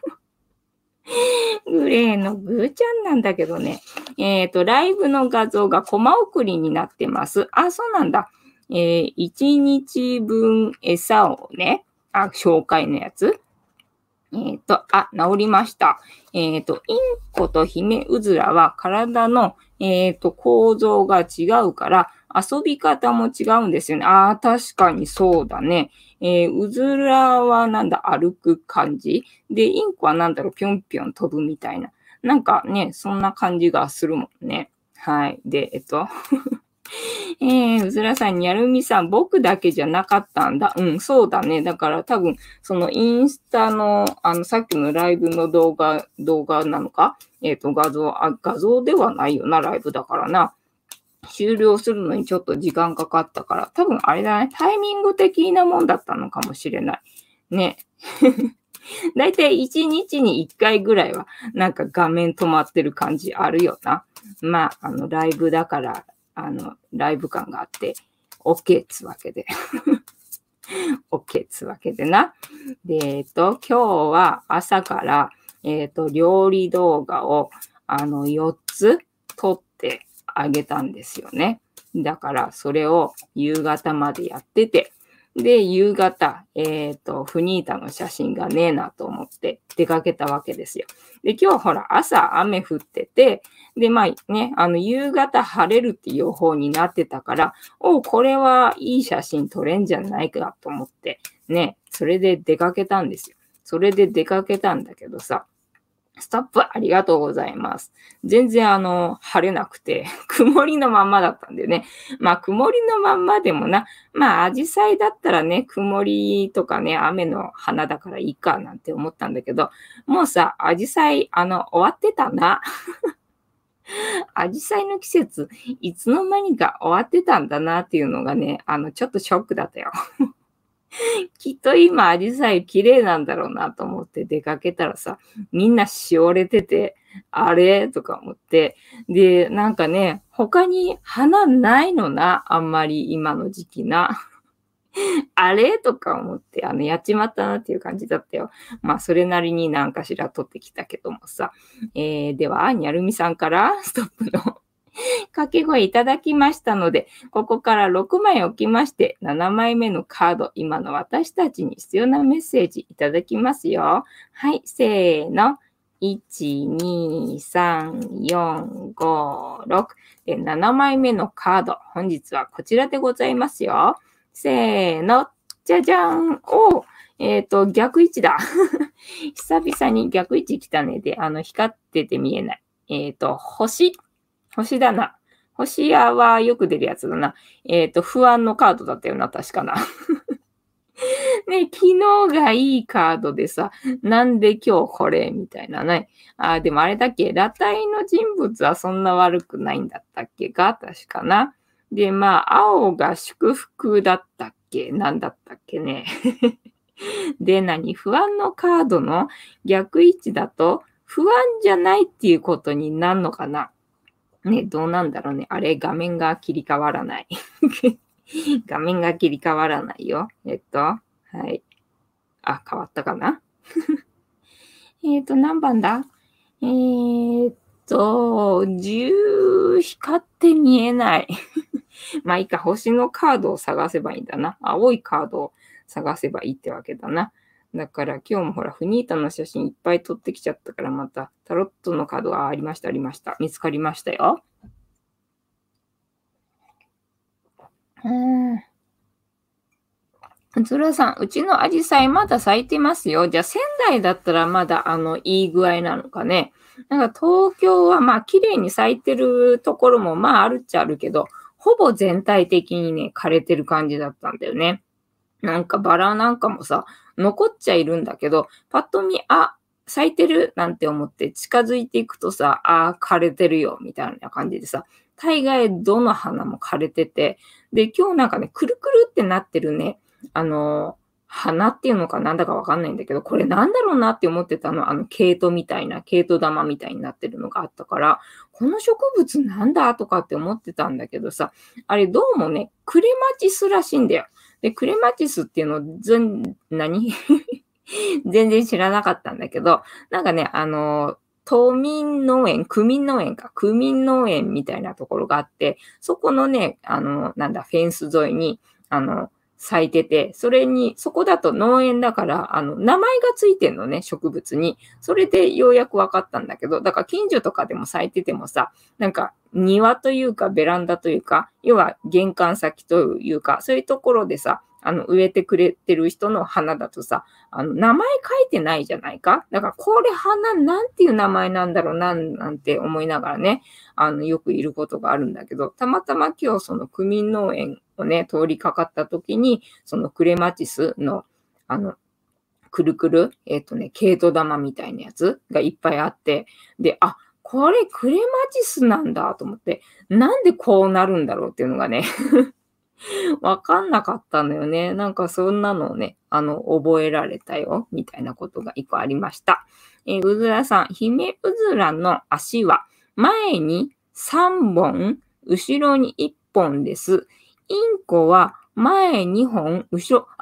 グレーのぐーちゃんなんだけどね。ライブの画像がコマ送りになってます。そうなんだ。1日分餌をね、紹介のやつ。治りました。インコとヒメウズラは体の、構造が違うから、遊び方も違うんですよね。確かにそうだね。ウズラは歩く感じで、インコはぴょんぴょん飛ぶみたいな。なんかね、そんな感じがするもんね。はい。で、うずらさん、にゃるみさん、僕だけじゃなかったんだ。そうだね。だから多分、そのインスタの、さっきのライブの動画なのか画像ではないよな、ライブだからな。終了するのにちょっと時間かかったから、多分あれだね、タイミング的なもんだったのかもしれない。ね。だいたい1日に1回ぐらいは、なんか画面止まってる感じあるよな。まあ、ライブだから、ライブ感があって、OK っつわけで。 OK つわけでな。で、今日は朝から、料理動画を、4つ撮ってあげたんですよね。だから、それを夕方までやってて、で、夕方、フニータの写真がねえなと思って出かけたわけですよ。で、今日ほら、朝雨降ってて、で、まあね、夕方晴れるっていう予報になってたから、これはいい写真撮れんじゃないかと思って、ね、それで出かけたんですよ。それで出かけたんだけどさ、ストップありがとうございます。全然晴れなくて、曇りのまんまだったんだよね。まあ曇りのまんまでもな、まあアジサイだったらね、曇りとかね、雨の花だからいいかなんて思ったんだけど、もうさ、アジサイ終わってたな。アジサイの季節、いつの間にか終わってたんだなっていうのがね、ちょっとショックだったよ。きっと今、アジサイ綺麗なんだろうなと思って出かけたらさ、みんなしおれてて、あれとか思って。で、なんかね、他に花ないのな、あんまり今の時期な。あれとか思って、やっちまったなっていう感じだったよ。まあ、それなりになんかしら撮ってきたけどもさ。では、にゃるみさんからストップの掛け声いただきましたので、ここから6枚置きまして、7枚目のカード、今の私たちに必要なメッセージいただきますよ。はい、せーの。1、2、3、4、5、6。で、7枚目のカード、本日はこちらでございますよ。せーの。じゃじゃーん。逆位置だ。久々に逆位置来たね。で、光ってて見えない。星だな。星屋はよく出るやつだな。不安のカードだったよな、確かな。ね、昨日がいいカードでさ、なんで今日これみたいなね。でもあれだっけ、裸体の人物はそんな悪くないんだったっけか確かな。で、まあ、青が祝福だったっけなんだったっけね。で、不安のカードの逆位置だと、不安じゃないっていうことになるのかな。ね、どうなんだろうね。あれ、画面が切り替わらない。画面が切り替わらないよ。はい。変わったかな何番だ10光って見えない。まあいいか、星のカードを探せばいいんだな。青いカードを探せばいいってわけだな。だから今日もほら、フニータの写真いっぱい撮ってきちゃったから、またタロットのカードがありました。見つかりましたよ。つらさん、うちのアジサイまだ咲いてますよ。じゃあ仙台だったらまだいい具合なのかね。なんか東京はまあ綺麗に咲いてるところもまああるっちゃあるけど、ほぼ全体的にね、枯れてる感じだったんだよね。なんかバラなんかもさ、残っちゃいるんだけど、パッと見、咲いてるなんて思って近づいていくとさ、枯れてるよ、みたいな感じでさ、大概どの花も枯れてて、で、今日なんかね、くるくるってなってるね、花っていうのかなんだかわかんないんだけど、これなんだろうなって思ってたの、毛糸玉みたいになってるのがあったから、この植物なんだとかって思ってたんだけどさ、あれどうもね、クレマチスらしいんだよ。で、クレマチスっていうの全然知らなかったんだけど、なんかね、区民農園みたいなところがあって、そこのね、フェンス沿いに、咲いてて、そこだと農園だから、名前がついてんのね、植物に。それでようやく分かったんだけど、だから近所とかでも咲いててもさ、なんか庭というかベランダというか、要は玄関先というか、そういうところでさ、植えてくれてる人の花だとさ、名前書いてないじゃないか。だからこれ花なんていう名前なんだろうな、なんて思いながらね、よくいることがあるんだけど、たまたま今日その区民農園をね、通りかかった時に、そのクレマチスの、くるくる、毛糸玉みたいなやつがいっぱいあって、で、これクレマチスなんだと思って、なんでこうなるんだろうっていうのがね、わかんなかったのよね。なんかそんなのをね、覚えられたよ、みたいなことが一個ありました。うずらさん、ヒメウズラの足は、前に3本、後ろに1本です。インコは、 前2本、後ろ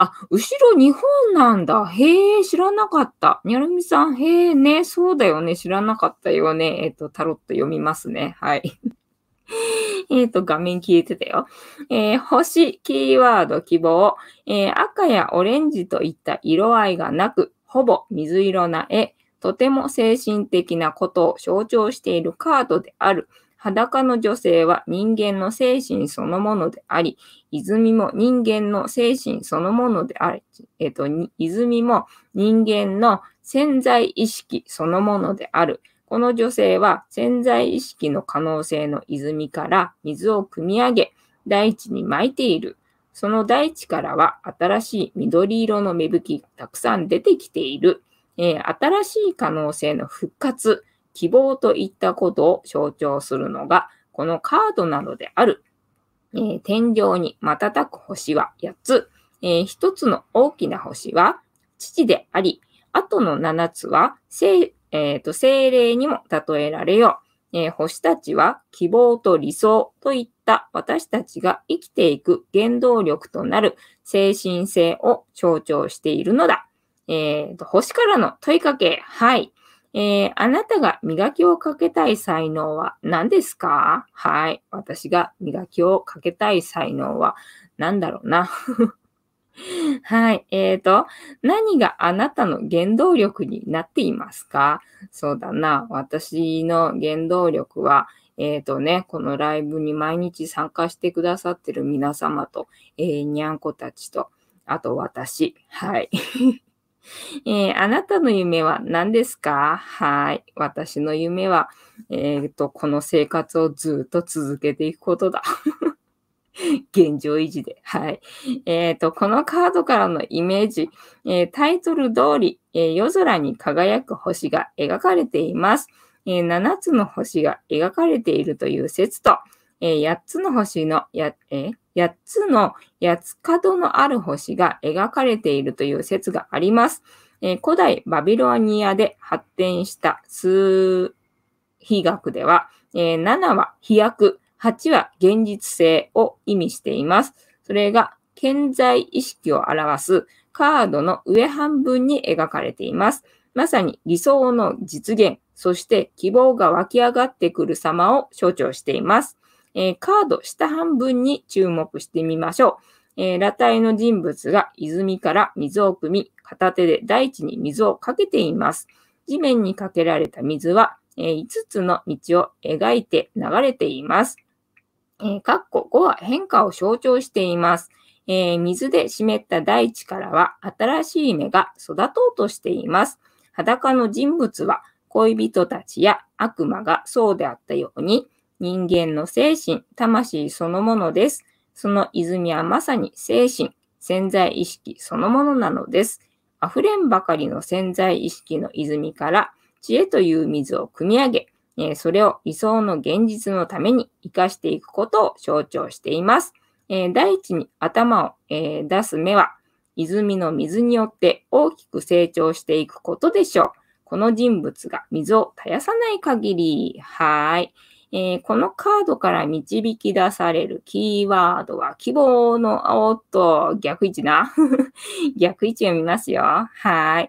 2本なんだ。へえ、知らなかった。にゃるみさん、へえね、そうだよね、知らなかったよね。タロット読みますね。はい。画面消えてたよ。星、キーワード、希望。赤やオレンジといった色合いがなく、ほぼ水色な絵。とても精神的なことを象徴しているカードである。裸の女性は人間の精神そのものであり、泉も人間の精神そのものであり、泉も人間の潜在意識そのものである。この女性は潜在意識の可能性の泉から水を汲み上げ、大地に撒いている。その大地からは新しい緑色の芽吹きがたくさん出てきている。新しい可能性の復活、希望といったことを象徴するのがこのカードなのである。天井に瞬く星は8つ。1つの大きな星は父であり、あとの7つは精霊にも例えられよう。星たちは希望と理想といった私たちが生きていく原動力となる精神性を象徴しているのだ。星からの問いかけ。はい。あなたが磨きをかけたい才能は何ですか？はい。私が磨きをかけたい才能は何だろうな。はい。何があなたの原動力になっていますか？そうだな。私の原動力は、このライブに毎日参加してくださってる皆様と、にゃんこたちと、あと私。はい。あなたの夢は何ですか？はい。私の夢は、この生活をずっと続けていくことだ。現状維持で。はい。このカードからのイメージ、タイトル通り、夜空に輝く星が描かれています。7つの星が描かれているという説と、8つの星の、8つの八つ角のある星が描かれているという説があります。古代バビロニアで発展した数比学では、7は飛躍、8は現実性を意味しています。それが顕在意識を表すカードの上半分に描かれています。まさに理想の実現、そして希望が湧き上がってくる様を象徴しています。カード下半分に注目してみましょう。裸体の人物が泉から水を汲み、片手で大地に水をかけています。地面にかけられた水は、5つの道を描いて流れています。5は変化を象徴しています。水で湿った大地からは新しい芽が育とうとしています。裸の人物は恋人たちや悪魔がそうであったように、人間の精神、魂そのものです。その泉はまさに精神、潜在意識そのものなのです。溢れんばかりの潜在意識の泉から知恵という水を汲み上げ、それを理想の現実のために生かしていくことを象徴しています。大地に頭を、出す芽は、泉の水によって大きく成長していくことでしょう。この人物が水を絶やさない限り、はい。このカードから導き出されるキーワードは希望の、逆位置な。逆位置読みますよ。はい。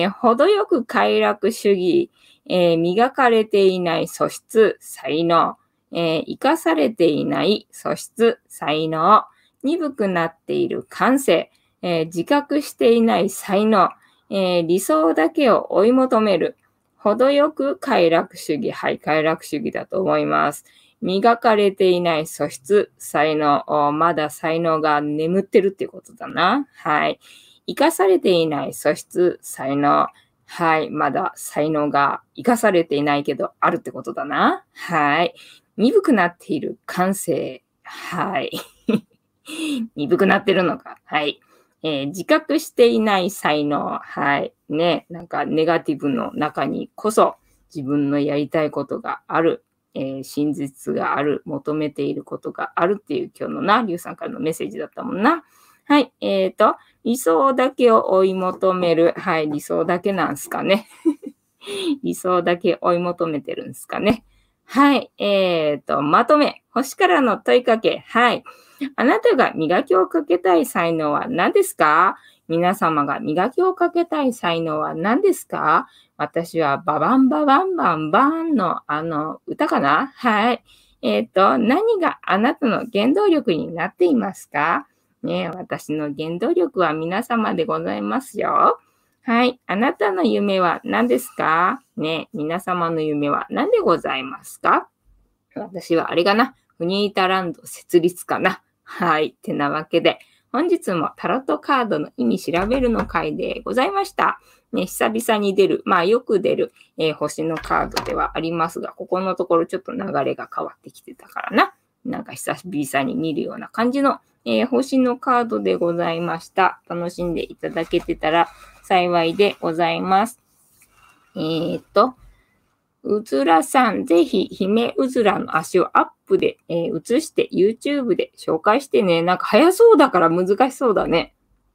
程よく快楽主義、磨かれていない素質、才能、生かされていない素質、才能、鈍くなっている感性、自覚していない才能、理想だけを追い求める、程よく快楽主義。はい、快楽主義だと思います。磨かれていない素質、才能、まだ才能が眠ってるっていうことだな。はい。生かされていない素質、才能。はい。まだ才能が生かされていないけど、あるってことだな。はい。鈍くなっている感性。はい。鈍くなってるのか。はい。自覚していない才能。はい。ね。なんかネガティブの中にこそ自分のやりたいことがある。真実がある。求めていることがあるっていう今日のな、リュウさんからのメッセージだったもんな。はい。理想だけを追い求める。はい。理想だけなんすかね。理想だけ追い求めてるんですかね。 はい。まとめ。星からの問いかけ。はい。あなたが磨きをかけたい才能は何ですか？皆様が磨きをかけたい才能は何ですか？私はババンババンバンバンの歌かな？はい。何があなたの原動力になっていますか？ね、私の原動力は皆様でございますよ。はい。あなたの夢は何ですか？ね、皆様の夢は何でございますか？私はあれかな。フニータランド設立かな。はい。てなわけで、本日もタロットカードの意味調べるの回でございました。ね、久々に出る、まあよく出る、星のカードではありますが、ここのところちょっと流れが変わってきてたからな。なんか久々に見るような感じの、星のカードでございました。楽しんでいただけてたら幸いでございます。うずらさん、ぜひ、姫うずらの足をアップで、映して YouTube で紹介してね。なんか早そうだから難しそうだね。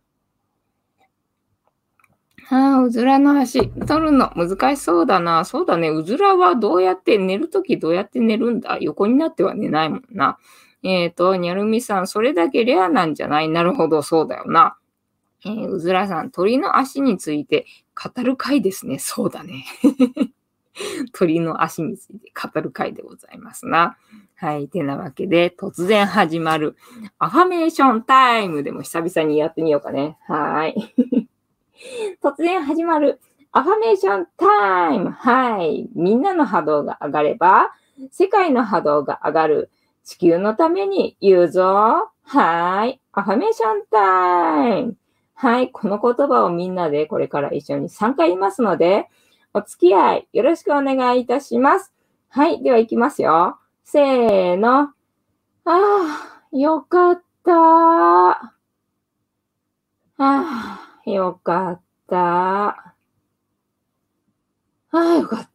うずらの足、取るの難しそうだな。そうだね。うずらはどうやって寝るときどうやって寝るんだ？横になっては寝ないもんな。にゃるみさん、それだけレアなんじゃない？なるほど、そうだよな。うずらさん、鳥の足について語る回ですね。そうだね。鳥の足について語る回でございますな。はい。てなわけで、突然始まるアファメーションタイムでも久々にやってみようかね。はい。突然始まるアファメーションタイム。はい。みんなの波動が上がれば、世界の波動が上がる。地球のために言うぞ。はい。アファメーションタイム。はい。この言葉をみんなでこれから一緒に3回言いますので、お付き合いよろしくお願いいたします。はい。では行きますよ。せーの。よかった。よかった。よかった。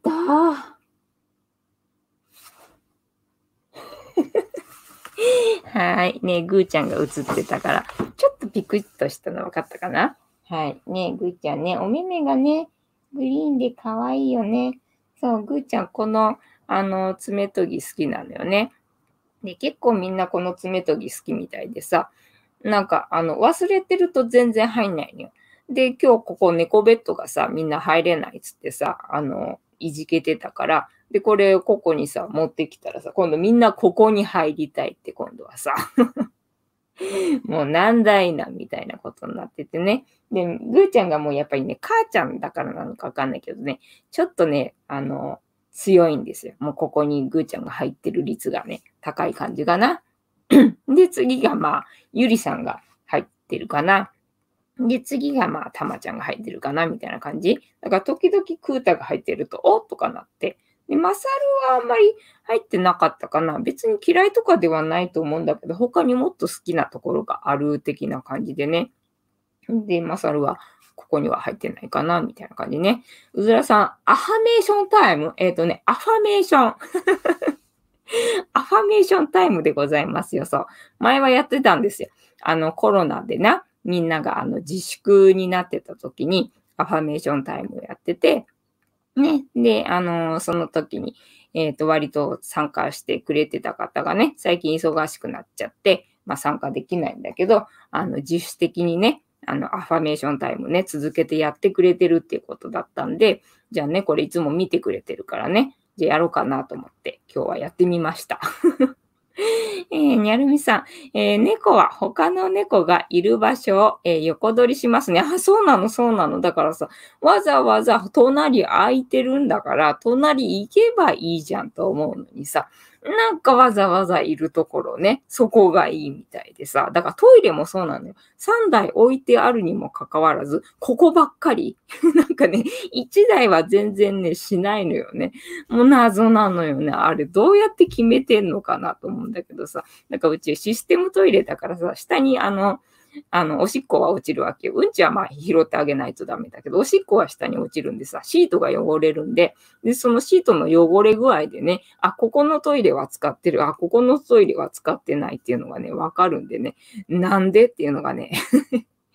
はい。ねぐーちゃんが映ってたから、ちょっとピクッとしたの分かったかな？はい。ねぐーちゃんね、お目目がね、グリーンで可愛いよね。そう、ぐーちゃん、この、爪研ぎ好きなのよね。で、結構みんなこの爪研ぎ好きみたいでさ、なんか、忘れてると全然入んないのよ。で、今日ここ猫ベッドがさ、みんな入れないっつってさ、いじけてたから、で、これここにさ、持ってきたらさ、今度みんなここに入りたいって今度はさ、もうなんだいな、みたいなことになっててね。で、ぐーちゃんがもうやっぱりね、母ちゃんだからなのかわかんないけどね、ちょっとね、強いんですよ。もうここにぐーちゃんが入ってる率がね、高い感じかな。で、次がまあ、ゆりさんが入ってるかな。で、次がまあ、たまちゃんが入ってるかな、みたいな感じ。だから、時々クータが入ってると、おっとかなって。で、マサルはあんまり入ってなかったかな。別に嫌いとかではないと思うんだけど、他にもっと好きなところがある的な感じでね。で、マサルはここには入ってないかな、みたいな感じね。うずらさん、アファメーションタイムアファメーション。アファメーションタイムでございますよ。そう。前はやってたんですよ。コロナでな、みんなが自粛になってた時に、アファメーションタイムをやってて、ね。で、その時に、割と参加してくれてた方がね、最近忙しくなっちゃって、まあ参加できないんだけど、自主的にね、アファメーションタイムね、続けてやってくれてるっていうことだったんで、じゃあね、これいつも見てくれてるからね、じゃあやろうかなと思って、今日はやってみました。にゃるみさん、猫は他の猫がいる場所を、横取りしますね。そうなの、そうなの。だからさ、わざわざ隣空いてるんだから、隣行けばいいじゃんと思うのにさ、なんかわざわざいるところね、そこがいいみたいでさ、だからトイレもそうなのよ。3台置いてあるにもかかわらず、ここばっかり。なんかね、1台は全然ね、しないのよね。もう謎なのよね。あれ、どうやって決めてんのかなと思うんだけどさ、なんかうちシステムトイレだからさ、下におしっこは落ちるわけよ。うんちはまあ拾ってあげないとダメだけど、おしっこは下に落ちるんでさ、シートが汚れるんで、で、そのシートの汚れ具合でね、ここのトイレは使ってる、ここのトイレは使ってないっていうのがね、わかるんでね、なんでっていうのがね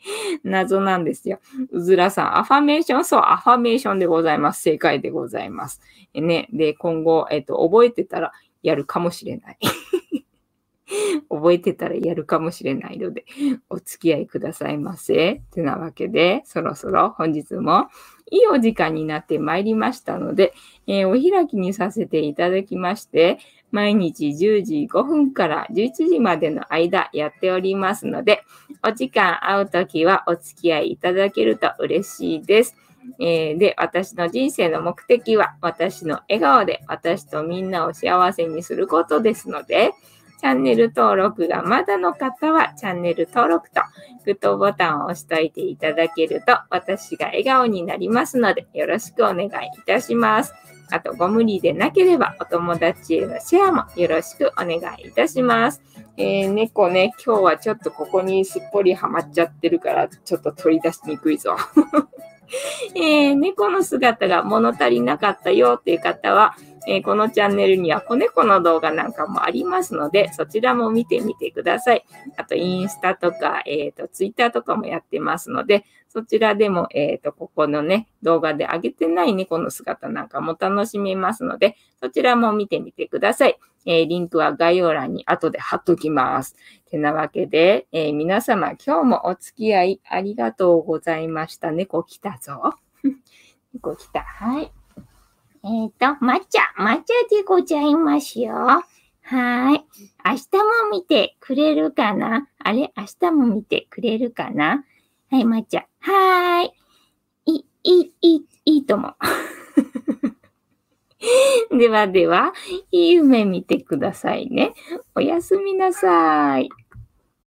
謎なんですよ。うずらさん、アファメーション、そう、アファメーションでございます。正解でございます。ね。で、今後、覚えてたらやるかもしれない。覚えてたらやるかもしれないので、お付き合いくださいませ。てなわけで、そろそろ本日もいいお時間になってまいりましたので、お開きにさせていただきまして、毎日10時5分から11時までの間やっておりますので、お時間合うときはお付き合いいただけると嬉しいです。で、私の人生の目的は、私の笑顔で私とみんなを幸せにすることですので、チャンネル登録がまだの方は、チャンネル登録とグッドボタンを押しといていただけると、私が笑顔になりますので、よろしくお願いいたします。あと、ご無理でなければ、お友達へのシェアもよろしくお願いいたします。猫ね、今日はちょっとここにすっぽりはまっちゃってるから、ちょっと取り出しにくいぞ。猫の姿が物足りなかったよっていう方は、このチャンネルには子猫の動画なんかもありますので、そちらも見てみてください。あと、インスタとか、ツイッターとかもやってますので、そちらでも、ここのね、動画で上げてない猫の姿なんかも楽しめますので、そちらも見てみてください。リンクは概要欄に後で貼っときます。てなわけで、皆様今日もお付き合いありがとうございました。猫来たぞ。猫来た。はい。抹茶でございますよ。はい。明日も見てくれるかな？あれ？明日も見てくれるかな？はい、抹茶。はーい。いいとも。ではでは、いい夢見てくださいね。おやすみなさい。